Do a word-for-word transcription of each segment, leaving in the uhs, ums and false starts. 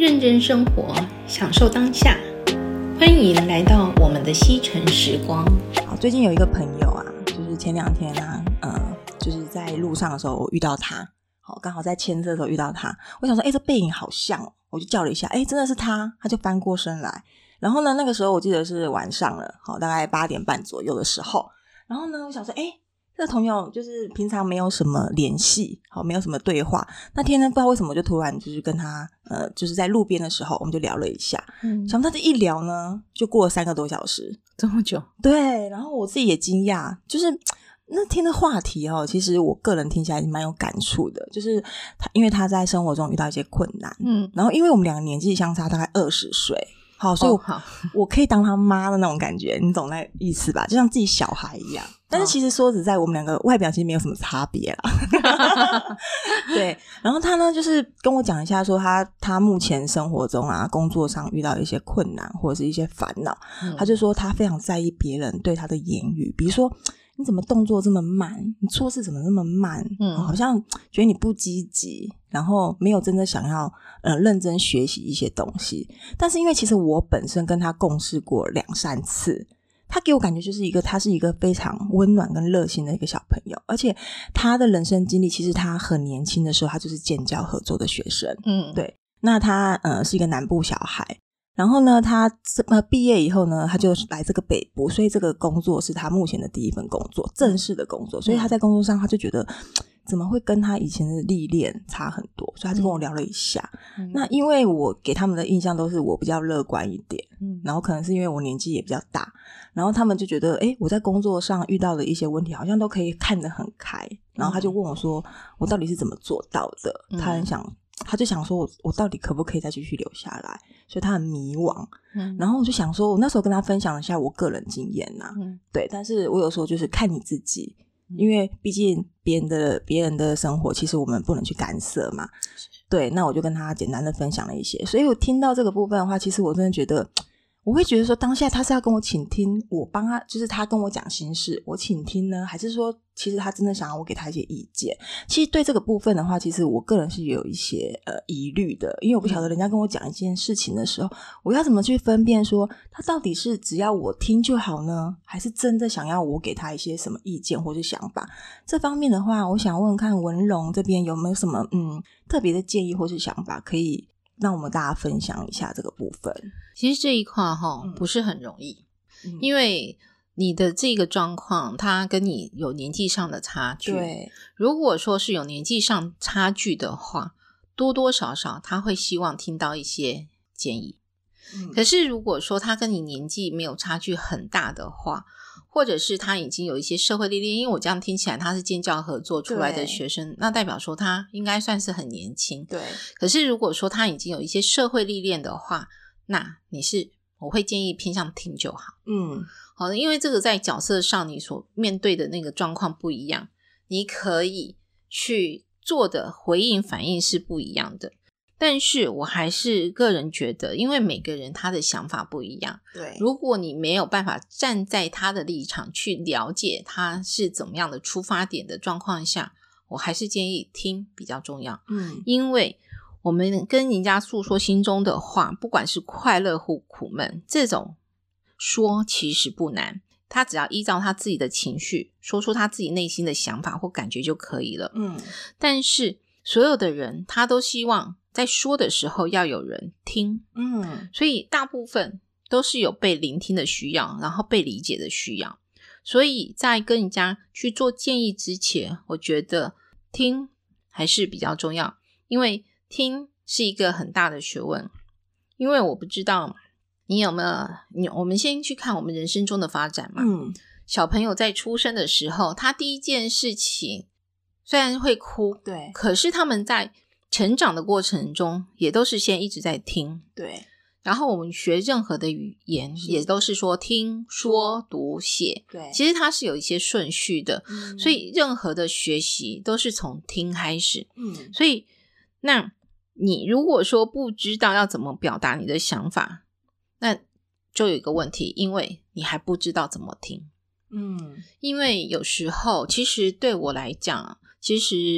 认真生活，享受当下。欢迎来到我们的西城时光。 好，最近有一个朋友啊，就是前两天啊，呃，就是在路上的时候我遇到他，好，刚好在牵车的时候遇到他，我想说，哎、欸，这背影好像哦，我就叫了一下，哎、欸，真的是他，他就翻过身来。然后呢，那个时候我记得是晚上了，好，大概八点半左右的时候。然后呢，我想说，哎、欸。这个朋友就是平常没有什么联系，好，没有什么对话。那天呢，不知道为什么就突然就是跟他，呃，就是在路边的时候，我们就聊了一下。嗯，想不到这一聊呢，就过了三个多小时， 这么久？ 对。然后我自己也惊讶，就是那天的话题哦，其实我个人听起来蛮有感触的。就是他，因为他在生活中遇到一些困难，嗯，然后因为我们两个年纪相差大概二十岁。好，所以我、哦、好我可以当他妈的那种感觉，你懂那意思吧？就像自己小孩一样。但是其实说实在，我们两个外表其实没有什么差别啦。对，然后他呢，就是跟我讲一下说他他目前生活中啊，工作上遇到一些困难或者是一些烦恼、嗯，他就说他非常在意别人对他的言语，比如说你怎么动作这么慢，你做事怎么那么慢，嗯，好像觉得你不积极，然后没有真的想要呃认真学习一些东西。但是因为其实我本身跟他共事过两三次，他给我感觉就是一个他是一个非常温暖跟热心的一个小朋友，而且他的人生经历其实他很年轻的时候他就是建教合作的学生，嗯，对。那他呃是一个南部小孩，然后呢他呃毕业以后呢他就来这个北部，所以这个工作是他目前的第一份工作，正式的工作，所以他在工作上他就觉得怎么会跟他以前的历练差很多，所以他就跟我聊了一下、嗯、那因为我给他们的印象都是我比较乐观一点、嗯、然后可能是因为我年纪也比较大，然后他们就觉得诶我在工作上遇到的一些问题好像都可以看得很开，然后他就问我说我到底是怎么做到的、嗯、他很想他就想说我我到底可不可以再继续留下来，所以他很迷惘、嗯、然后我就想说我那时候跟他分享一下我个人经验啊、嗯、对，但是我有时候就是看你自己，因为毕竟别人的别人的生活其实我们不能去干涉嘛，对，那我就跟他简单的分享了一些，所以我听到这个部分的话，其实我真的觉得我会觉得说当下他是要跟我倾听，我帮他就是他跟我讲心事我倾听呢，还是说其实他真的想要我给他一些意见。其实对这个部分的话，其实我个人是有一些呃疑虑的，因为我不晓得人家跟我讲一件事情的时候、嗯、我要怎么去分辨说他到底是只要我听就好呢，还是真的想要我给他一些什么意见或是想法。这方面的话，我想问看文龙这边有没有什么嗯特别的建议或是想法可以让我们大家分享一下这个部分。 其实这一块齁、嗯、不是很容易、嗯、因为你的这个状况它跟你有年纪上的差距， 对， 如果说是有年纪上差距的话，多多少少他会希望听到一些建议、嗯、可是如果说他跟你年纪没有差距很大的话，或者是他已经有一些社会历练，因为我这样听起来他是建教合作出来的学生，那代表说他应该算是很年轻， 对。 可是如果说他已经有一些社会历练的话，那你是我会建议偏向听就好，嗯，好的，因为这个在角色上你所面对的那个状况不一样，你可以去做的回应反应是不一样的。但是我还是个人觉得，因为每个人他的想法不一样， 对， 如果你没有办法站在他的立场去了解他是怎么样的出发点的状况下，我还是建议听比较重要，嗯，因为我们跟人家诉说心中的话，不管是快乐或苦闷，这种说其实不难，他只要依照他自己的情绪说出他自己内心的想法或感觉就可以了，嗯，但是所有的人他都希望在说的时候要有人听，嗯，所以大部分都是有被聆听的需要，然后被理解的需要，所以在跟人家去做建议之前，我觉得听还是比较重要，因为听是一个很大的学问。因为我不知道你有没有你我们先去看我们人生中的发展嘛，嗯，小朋友在出生的时候，他第一件事情虽然会哭， 对， 可是他们在成长的过程中也都是先一直在听， 对， 然后我们学任何的语言也都是说听说读写， 对， 其实它是有一些顺序的，嗯，所以任何的学习都是从听开始，嗯，所以那你如果说不知道要怎么表达你的想法，那就有一个问题，因为你还不知道怎么听，嗯，因为有时候其实对我来讲，其实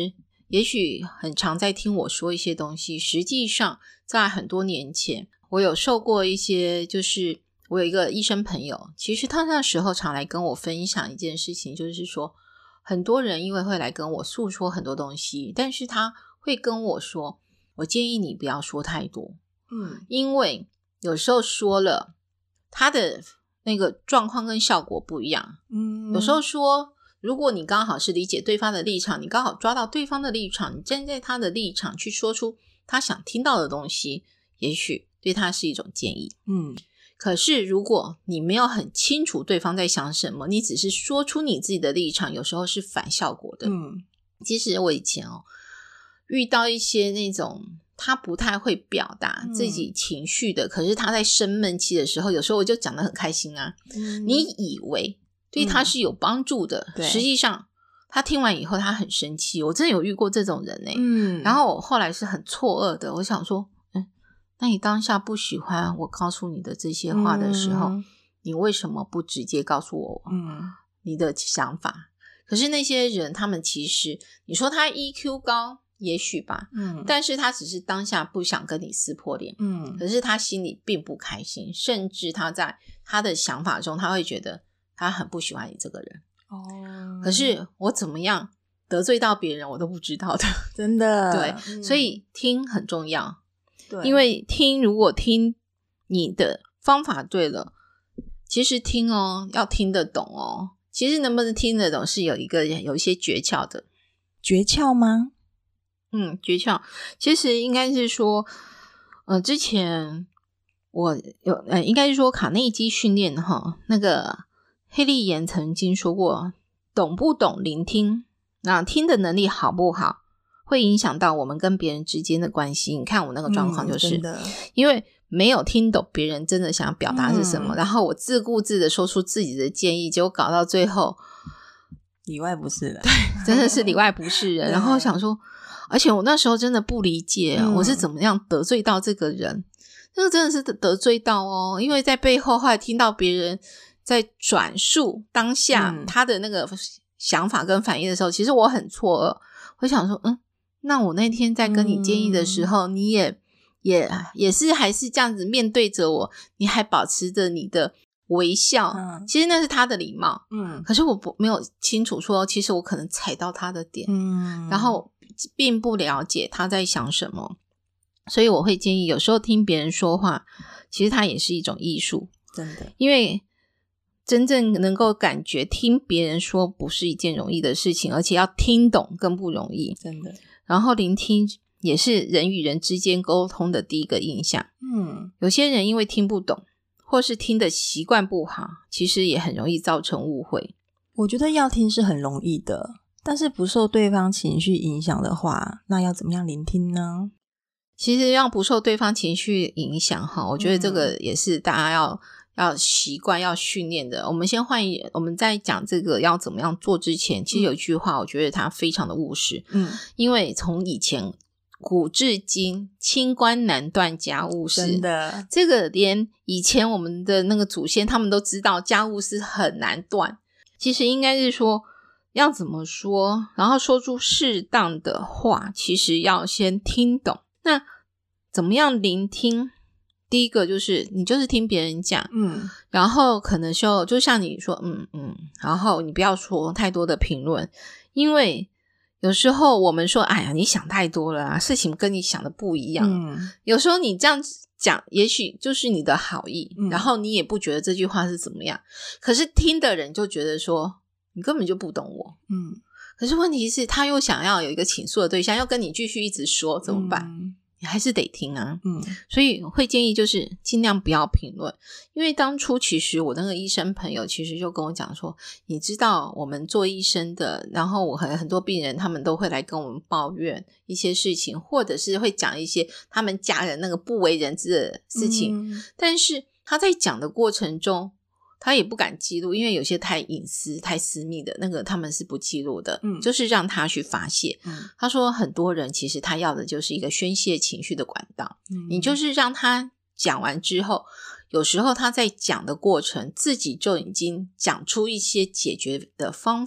也许很常在听我说一些东西，实际上在很多年前我有受过一些，就是我有一个医生朋友，其实他那时候常来跟我分享一件事情，就是说很多人因为会来跟我诉说很多东西，但是他会跟我说，我建议你不要说太多，嗯，因为有时候说了他的那个状况跟效果不一样，嗯，有时候说如果你刚好是理解对方的立场，你刚好抓到对方的立场，你站在他的立场去说出他想听到的东西，也许对他是一种建议，嗯，可是如果你没有很清楚对方在想什么，你只是说出你自己的立场，有时候是反效果的，嗯，其实我以前哦遇到一些那种他不太会表达自己情绪的，嗯，可是他在生闷气的时候，有时候我就讲得很开心啊，嗯，你以为对他是有帮助的，嗯，实际上他听完以后他很生气，我真的有遇过这种人欸，嗯，然后我后来是很错愕的，我想说嗯，那你当下不喜欢我告诉你的这些话的时候，嗯，你为什么不直接告诉我你的想法，嗯，可是那些人他们其实你说他 E Q 高也许吧，嗯，但是他只是当下不想跟你撕破脸，嗯，可是他心里并不开心，甚至他在他的想法中他会觉得他很不喜欢你这个人，哦，可是我怎么样得罪到别人我都不知道的， 真的， 对，嗯，所以听很重要，对，因为听如果听你的方法对了，其实听哦要听得懂哦，其实能不能听得懂是有一个有一些诀窍的。 诀窍吗？ 嗯，诀窍其实应该是说呃，之前我有呃，应该是说卡内基训练哈，那个黑利岩曾经说过，懂不懂聆听，那听的能力好不好会影响到我们跟别人之间的关系。你看我那个状况就是、嗯、因为没有听懂别人真的想表达是什么、嗯、然后我自顾自的说出自己的建议，结果搞到最后里外不是人， 对，真的是里外不是人然后想说，而且我那时候真的不理解、啊嗯、我是怎么样得罪到这个人，这个真的是得罪到哦，因为在背后后来听到别人在转述当下他的那个想法跟反应的时候、嗯、其实我很错愕，我想说嗯，那我那天在跟你建议的时候、嗯、你也也也是还是这样子面对着我，你还保持着你的微笑、嗯、其实那是他的礼貌，嗯，可是我不没有清楚说其实我可能踩到他的点，嗯，然后并不了解他在想什么，所以我会建议有时候听别人说话其实它也是一种艺术， 真的， 因为真正能够感觉听别人说不是一件容易的事情，而且要听懂更不容易， 真的， 然后聆听也是人与人之间沟通的第一个印象，嗯，有些人因为听不懂或是听的习惯不好，其实也很容易造成误会。 我觉得要听是很容易的，但是不受对方情绪影响的话，那要怎么样聆听呢？ 其实要不受对方情绪影响哈，我觉得这个也是大家要、嗯、要习惯要训练的。我们先换一我们在讲这个要怎么样做之前，其实有一句话我觉得它非常的务实，嗯，因为从以前古至今清官难断家务事， 真的， 这个连以前我们的那个祖先他们都知道家务事很难断，其实应该是说要怎么说，然后说出适当的话，其实要先听懂。那怎么样聆听？第一个就是你就是听别人讲，嗯，然后可能就就像你说嗯嗯，然后你不要说太多的评论，因为有时候我们说哎呀你想太多了啊，事情跟你想的不一样，嗯，有时候你这样讲也许就是你的好意、嗯、然后你也不觉得这句话是怎么样，可是听的人就觉得说你根本就不懂我，嗯，可是问题是他又想要有一个倾诉的对象，要跟你继续一直说怎么办、嗯、你还是得听啊，嗯，所以会建议就是尽量不要评论。因为当初其实我那个医生朋友其实就跟我讲说，你知道我们做医生的，然后我很很多病人他们都会来跟我们抱怨一些事情，或者是会讲一些他们家人那个不为人知的事情、嗯、但是他在讲的过程中他也不敢记录，因为有些太隐私太私密的那个他们是不记录的、嗯、就是让他去发泄、嗯、他说很多人其实他要的就是一个宣泄情绪的管道、嗯、你就是让他讲完之后，有时候他在讲的过程自己就已经讲出一些解决的方法，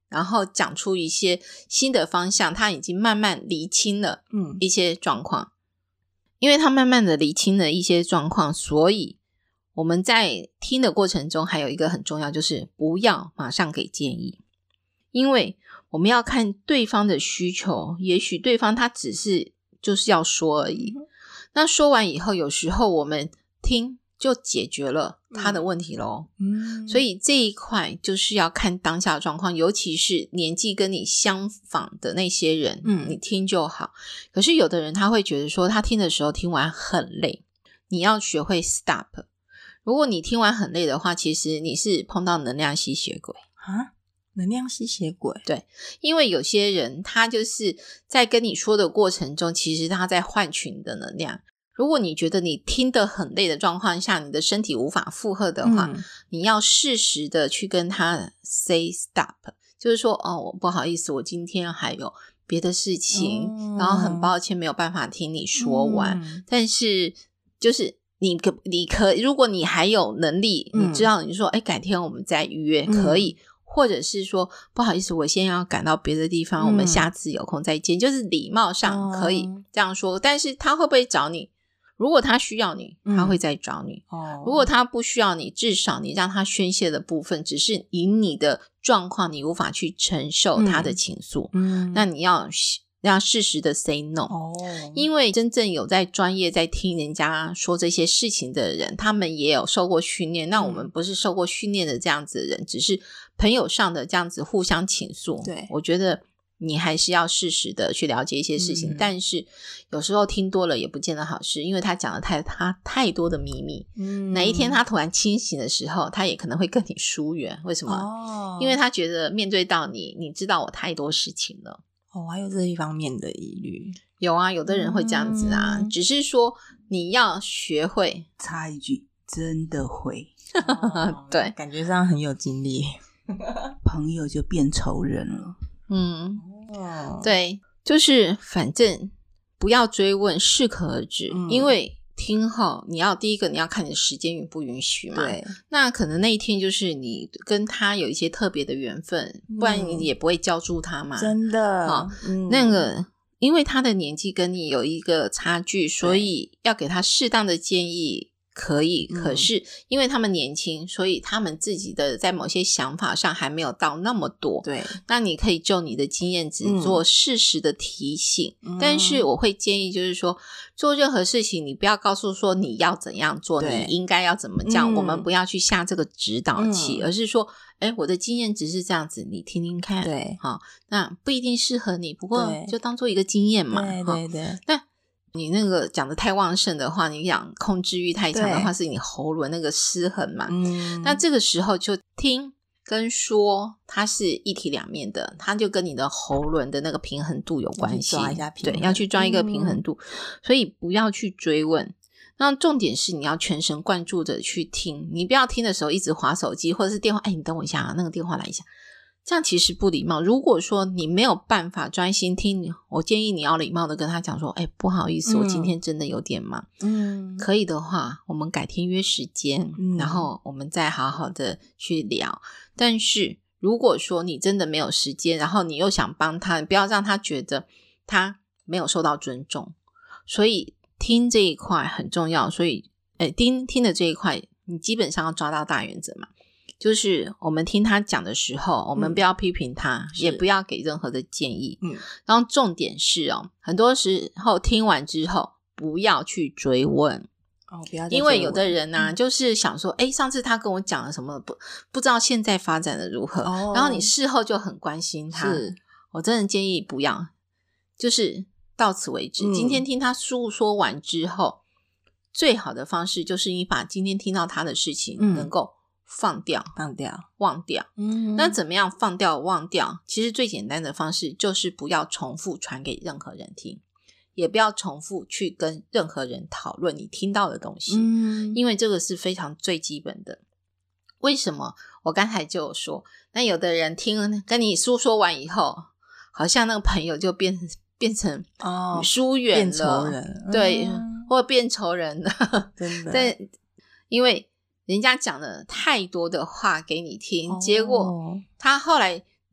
然后讲出一些新的方向，他已经慢慢厘清了一些状况、嗯、因为他慢慢的厘清了一些状况，所以我们在听的过程中还有一个很重要，就是不要马上给建议，因为我们要看对方的需求，也许对方他只是就是要说而已、嗯、那说完以后有时候我们听就解决了他的问题咯、嗯、所以这一块就是要看当下的状况，尤其是年纪跟你相仿的那些人、嗯、你听就好。可是有的人他会觉得说他听的时候听完很累，你要学会 stop。 如果你听完很累的话，其实你是碰到能量吸血鬼啊，能量吸血鬼。 对，因为有些人他就是在跟你说的过程中，其实他在换取你的能量。如果你觉得你听得很累的状况下，你的身体无法负荷的话、嗯、你要适时的去跟他 say stop， 就是说哦，不好意思，我今天还有别的事情、哦、然后很抱歉没有办法听你说完、嗯、但是就是你可你可如果你还有能力、嗯、你知道你说哎，改天我们再约、嗯、可以，或者是说不好意思我现在要赶到别的地方、嗯、我们下次有空再见，就是礼貌上可以这样说、哦、但是他会不会找你，如果他需要你他会再找你、嗯哦、如果他不需要你，至少你让他宣泄的部分只是以你的状况你无法去承受他的情愫、嗯、那你要要适时的 say no、哦、因为真正有在专业在听人家说这些事情的人，他们也有受过训练、嗯、那我们不是受过训练的这样子的人，只是朋友上的这样子互相倾诉。对，我觉得你还是要适时的去了解一些事情、嗯、但是有时候听多了也不见得好事，因为他讲了太他太多的秘密、嗯、哪一天他突然清醒的时候，他也可能会跟你疏远。为什么、哦、因为他觉得面对到你，你知道我太多事情了。 哦，还有这一方面的疑虑。 有啊，有的人会这样子啊、嗯、只是说你要学会。 插一句，真的会、 哦、对，感觉上很有经历朋友就变仇人了。 嗯、哦、对，就是反正不要追问，适可而止、嗯、因为听后你要第一个你要看你的时间允不允许嘛。对，那可能那一天就是你跟他有一些特别的缘分、嗯、不然你也不会叫住他嘛。 真的、 哦嗯、那个因为他的年纪跟你有一个差距，所以要给他适当的建议可以、嗯、可是因为他们年轻，所以他们自己的在某些想法上还没有到那么多。对，那你可以就你的经验值做适时的提醒、嗯、但是我会建议就是说做任何事情你不要告诉说你要怎样做，你应该要怎么讲、嗯、我们不要去下这个指导棋、嗯、而是说诶我的经验值是这样子，你听听看。对，好，那不一定适合你，不过就当做一个经验嘛。对对对，那你那个讲的太旺盛的话，你讲控制欲太强的话，是你喉咙那个失衡嘛、嗯、那这个时候就听跟说它是一体两面的，它就跟你的喉咙的那个平衡度有关系，抓一下平衡，对，要去抓一个平衡度、嗯、所以不要去追问。那重点是你要全神贯注的去听，你不要听的时候一直滑手机或者是电话，哎，你等我一下，那个电话来一下，这样其实不礼貌。如果说你没有办法专心听，我建议你要礼貌的跟他讲说，哎，不好意思、嗯、我今天真的有点忙，嗯，可以的话我们改天约时间、嗯、然后我们再好好的去聊。但是如果说你真的没有时间，然后你又想帮他，你不要让他觉得他没有受到尊重。所以听这一块很重要，所以诶听听的这一块你基本上要抓到大原则嘛，就是我们听他讲的时候，我们不要批评他、嗯、也不要给任何的建议。嗯，然后重点是哦，很多时候听完之后不要去追问。哦，不要再追问，因为有的人啊、嗯、就是想说诶上次他跟我讲了什么，不不知道现在发展的如何、哦、然后你事后就很关心他。是，我真的建议不要，就是到此为止、嗯、今天听他诉说完之后，最好的方式就是你把今天听到他的事情能够放掉、嗯、放掉忘掉。嗯，那怎么样放掉忘掉？其实最简单的方式就是不要重复传给任何人听，也不要重复去跟任何人讨论你听到的东西、嗯、因为这个是非常最基本的。为什么？我刚才就有说，那有的人听跟你诉说完以后，好像那个朋友就变变成疏远了、哦、变仇人，对、嗯、或变仇人了。真的，但因为人家讲了太多的话给你听、哦、结果他后来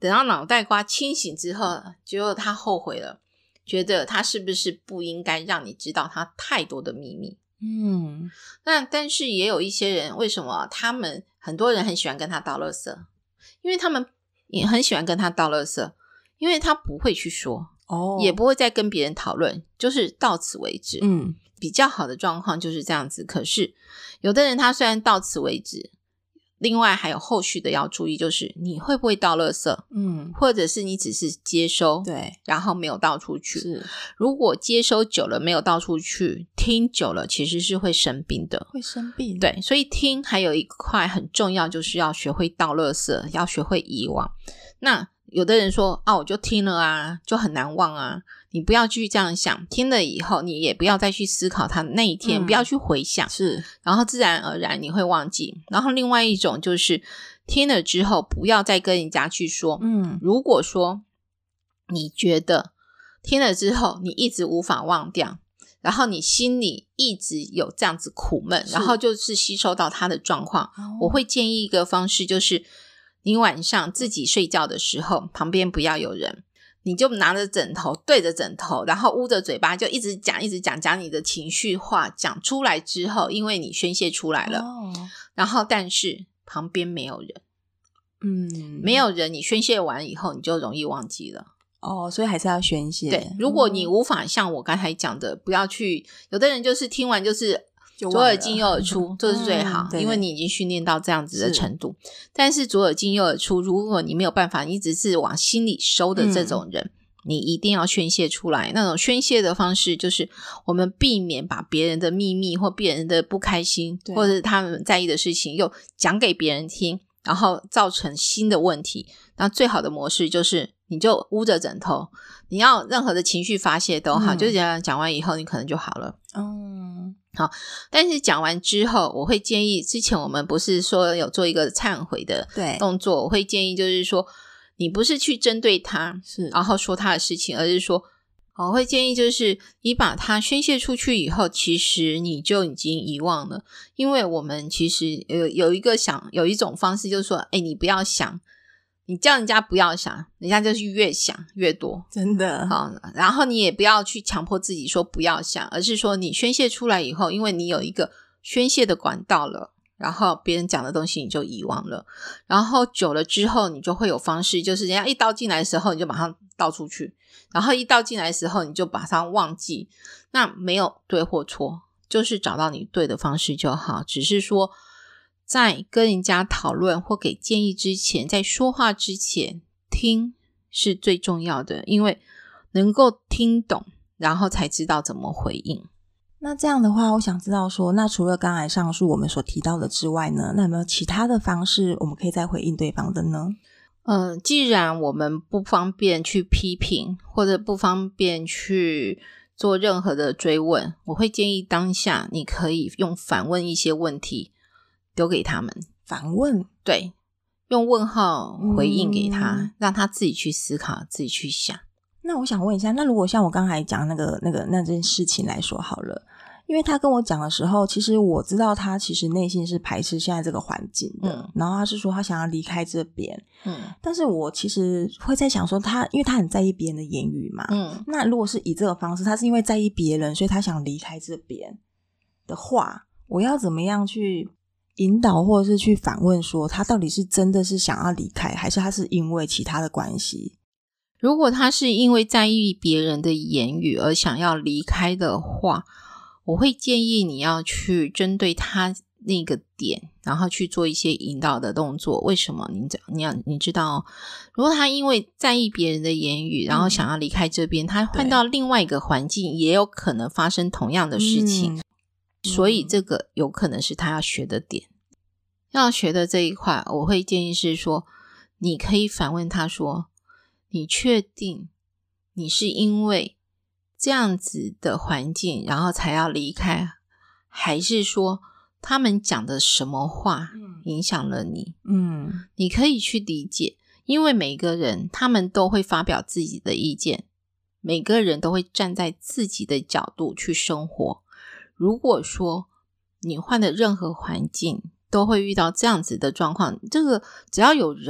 等到脑袋瓜清醒之后，结果他后悔了，觉得他是不是不应该让你知道他太多的秘密。 嗯， 那但是也有一些人，为什么他们很多人很喜欢跟他倒垃圾？因为他们也很喜欢跟他倒垃圾，因为他不会去说，哦，也不会再跟别人讨论，就是到此为止。嗯，比较好的状况就是这样子。可是有的人他虽然到此为止，另外还有后续的要注意，就是你会不会倒垃圾，嗯，或者是你只是接收， 对， 然后没有倒出去。 是， 如果接收久了没有倒出去，听久了其实是会生病的， 会生病。 对，所以听还有一块很重要，就是要学会倒垃圾，要学会遗忘。那有的人说啊，我就听了啊，就很难忘啊。你不要继续这样想，听了以后你也不要再去思考他那一天，嗯，不要去回想， 是， 然后自然而然你会忘记。然后另外一种就是听了之后不要再跟人家去说，嗯，如果说你觉得听了之后你一直无法忘掉，然后你心里一直有这样子苦闷，然后就是吸收到他的状况，哦，我会建议一个方式，就是你晚上自己睡觉的时候旁边不要有人，你就拿着枕头对着枕头，然后捂着嘴巴就一直讲一直讲讲你的情绪话，讲出来之后因为你宣泄出来了，哦，然后但是旁边没有人，嗯，没有人，你宣泄完以后你就容易忘记了。 哦，所以还是要宣泄。 对，如果你无法像我刚才讲的，不要去，有的人就是听完就是左耳进右耳出，这是最好，嗯，因为你已经训练到这样子的程度。但是左耳进右耳出，如果你没有办法，你只是往心里收的这种人，嗯，你一定要宣泄出来。那种宣泄的方式就是我们避免把别人的秘密或别人的不开心或者他们在意的事情又讲给别人听，然后造成新的问题。那最好的模式就是你就捂着枕头，你要任何的情绪发泄都好，嗯，就这样讲完以后你可能就好了。嗯，好，但是讲完之后我会建议，之前我们不是说有做一个忏悔的动作，我会建议就是说你不是去针对他是然后说他的事情，而是说我会建议就是你把它宣泄出去以后，其实你就已经遗忘了。因为我们其实有有一个想有一种方式就是说，诶你不要想，你叫人家不要想，人家就是越想越多， 真的。 好，然后你也不要去强迫自己说不要想，而是说你宣泄出来以后，因为你有一个宣泄的管道了，然后别人讲的东西你就遗忘了，然后久了之后你就会有方式，就是人家一倒进来的时候你就马上倒出去，然后一倒进来的时候你就马上忘记。那没有对或错，就是找到你对的方式就好。只是说在跟人家讨论或给建议之前，在说话之前听是最重要的，因为能够听懂然后才知道怎么回应。 那这样的话我想知道说，那除了刚才上述我们所提到的之外呢，那有没有其他的方式我们可以再回应对方的呢？ 呃，既然我们不方便去批评或者不方便去做任何的追问，我会建议当下你可以用反问一些问题丢给他们。 反问？ 对，用问号回应给他、嗯、让他自己去思考，自己去想。 那我想问一下，那如果像我刚才讲那个那个那件事情来说好了，因为他跟我讲的时候，其实我知道他其实内心是排斥现在这个环境的、嗯、然后他是说他想要离开这边，嗯，但是我其实会在想说他因为他很在意别人的言语嘛，嗯，那如果是以这个方式，他是因为在意别人所以他想离开这边的话，我要怎么样去引导或者是去反问说他到底是真的是想要离开，还是他是因为其他的关系？ 如果他是因为在意别人的言语而想要离开的话，我会建议你要去针对他那个点，然后去做一些引导的动作。为什么？你你要你知道、哦、如果他因为在意别人的言语然后想要离开这边、嗯、他换到另外一个环境也有可能发生同样的事情、嗯、所以这个有可能是他要学的点。要学的这一块我会建议是说，你可以反问他说，你确定你是因为这样子的环境然后才要离开，还是说他们讲的什么话影响了你？嗯，你可以去理解，因为每个人他们都会发表自己的意见，每个人都会站在自己的角度去生活。如果说你换的任何环境都会遇到这样子的状况，这个只要有人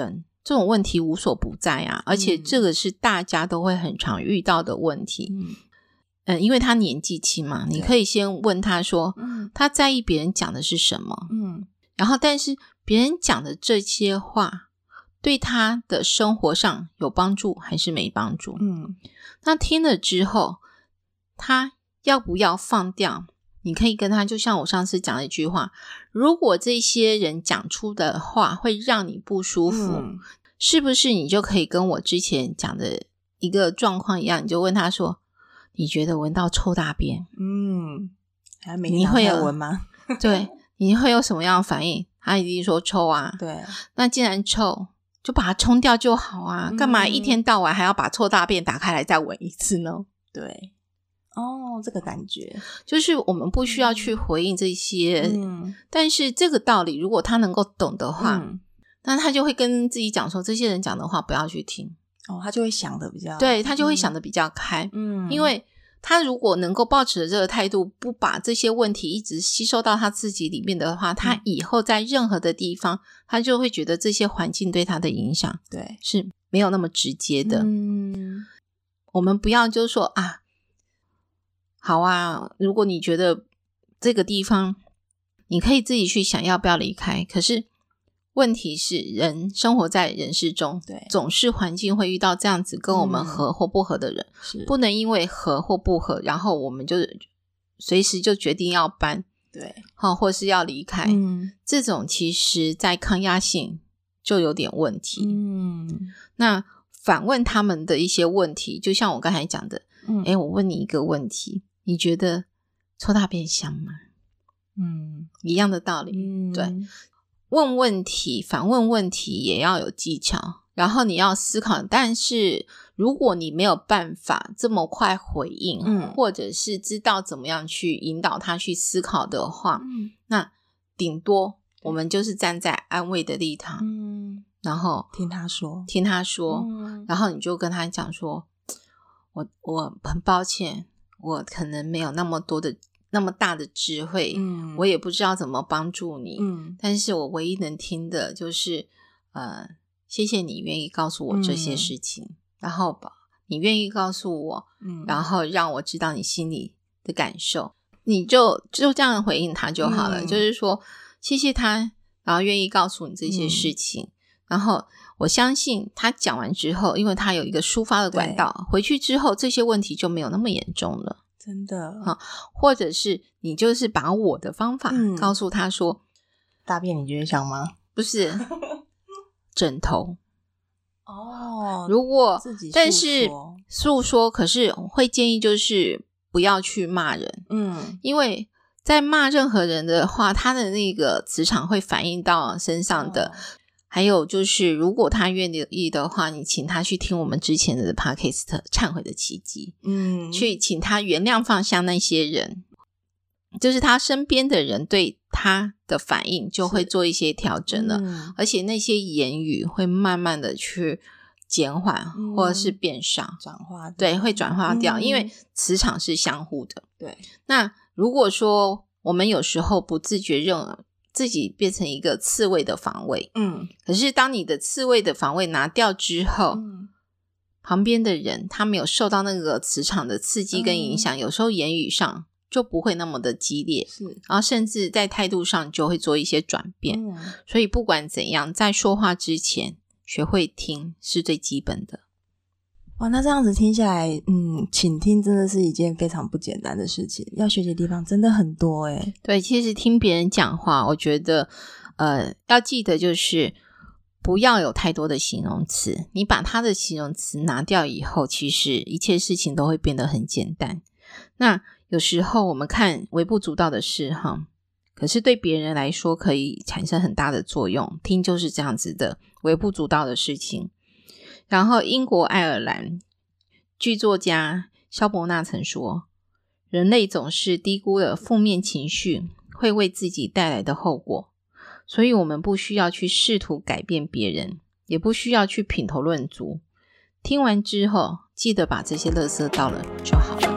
这种问题无所不在啊，而且这个是大家都会很常遇到的问题。嗯，呃、因为他年纪轻嘛，你可以先问他说，嗯，他在意别人讲的是什么？嗯，然后但是别人讲的这些话对他的生活上有帮助还是没帮助？嗯，那听了之后，他要不要放掉？你可以跟他，就像我上次讲的一句话，如果这些人讲出的话会让你不舒服，嗯，是不是你就可以跟我之前讲的一个状况一样，你就问他说，你觉得闻到臭大便， 嗯，还每天会闻吗？ 对，你会有什么样的反应？他一定说臭啊， 对， 那既然臭就把它冲掉就好啊，嗯，干嘛一天到晚还要把臭大便打开来再闻一次呢？ 对，哦，这个感觉就是我们不需要去回应这些，嗯，但是这个道理如果他能够懂的话，嗯，那他就会跟自己讲说，这些人讲的话不要去听。 哦，他就会想的比较， 对，他就会想的比较开，嗯，因为他如果能够抱持这个态度，不把这些问题一直吸收到他自己里面的话，他以后在任何的地方，他就会觉得这些环境对他的影响， 对， 是没有那么直接的。 嗯， 我们不要就说啊，好啊，如果你觉得这个地方你可以自己去想要不要离开，可是问题是人生活在人世中， 对， 总是环境会遇到这样子跟我们合或不合的人， 是不能因为合或不合，然后我们就随时就决定要搬， 对， 哦，或是要离开，嗯，这种其实在抗压性就有点问题。嗯，那反问他们的一些问题，就像我刚才讲的，嗯，诶，我问你一个问题，你觉得臭大便香吗？嗯，一样的道理，嗯，对。问问题，反问问题也要有技巧，然后你要思考，但是如果你没有办法这么快回应，嗯，或者是知道怎么样去引导他去思考的话，嗯，那顶多我们就是站在安慰的立场，嗯，然后听他说听他说，嗯，然后你就跟他讲说，我我很抱歉，我可能没有那么多的那么大的智慧，嗯，我也不知道怎么帮助你，嗯，但是我唯一能听的就是呃，谢谢你愿意告诉我这些事情，嗯，然后你愿意告诉我，嗯，然后让我知道你心里的感受，你就就这样回应他就好了，嗯，就是说谢谢他，然后愿意告诉你这些事情，嗯，然后我相信他讲完之后，因为他有一个抒发的管道，回去之后这些问题就没有那么严重了。 真的， 啊，或者是你就是把我的方法告诉他说，嗯， 大便你觉得香吗？ 不是枕头哦， 如果自己但是诉说，可是会建议就是不要去骂人，嗯，因为在骂任何人的话，他的那个磁场会反映到身上的。哦，还有就是如果他愿意的话，你请他去听我们之前的 podcast 忏悔的奇迹，嗯，去请他原谅放下那些人，就是他身边的人对他的反应就会做一些调整了，嗯，而且那些言语会慢慢的去减缓，嗯，或者是变少转化掉， 对，会转化掉，嗯，因为磁场是相互的， 对。 那如果说我们有时候不自觉认自己变成一个刺猬的防卫，嗯，可是当你的刺猬的防卫拿掉之后，嗯，旁边的人他没有受到那个磁场的刺激跟影响，嗯，有时候言语上就不会那么的激烈， 是， 然后甚至在态度上就会做一些转变，嗯，所以不管怎样，在说话之前学会听是最基本的。 哇，那这样子听下来，嗯，倾听真的是一件非常不简单的事情，要学习的地方真的很多诶。 对，其实听别人讲话，我觉得呃，要记得就是不要有太多的形容词，你把他的形容词拿掉以后，其实一切事情都会变得很简单。那有时候我们看微不足道的事哈，可是对别人来说可以产生很大的作用，听就是这样子的微不足道的事情。然后英国爱尔兰剧作家萧伯纳曾说，人类总是低估了负面情绪会为自己带来的后果，所以我们不需要去试图改变别人，也不需要去品头论足，听完之后记得把这些垃圾倒了就好了。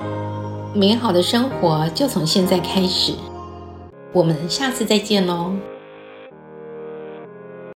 美好的生活就从现在开始，我们下次再见咯。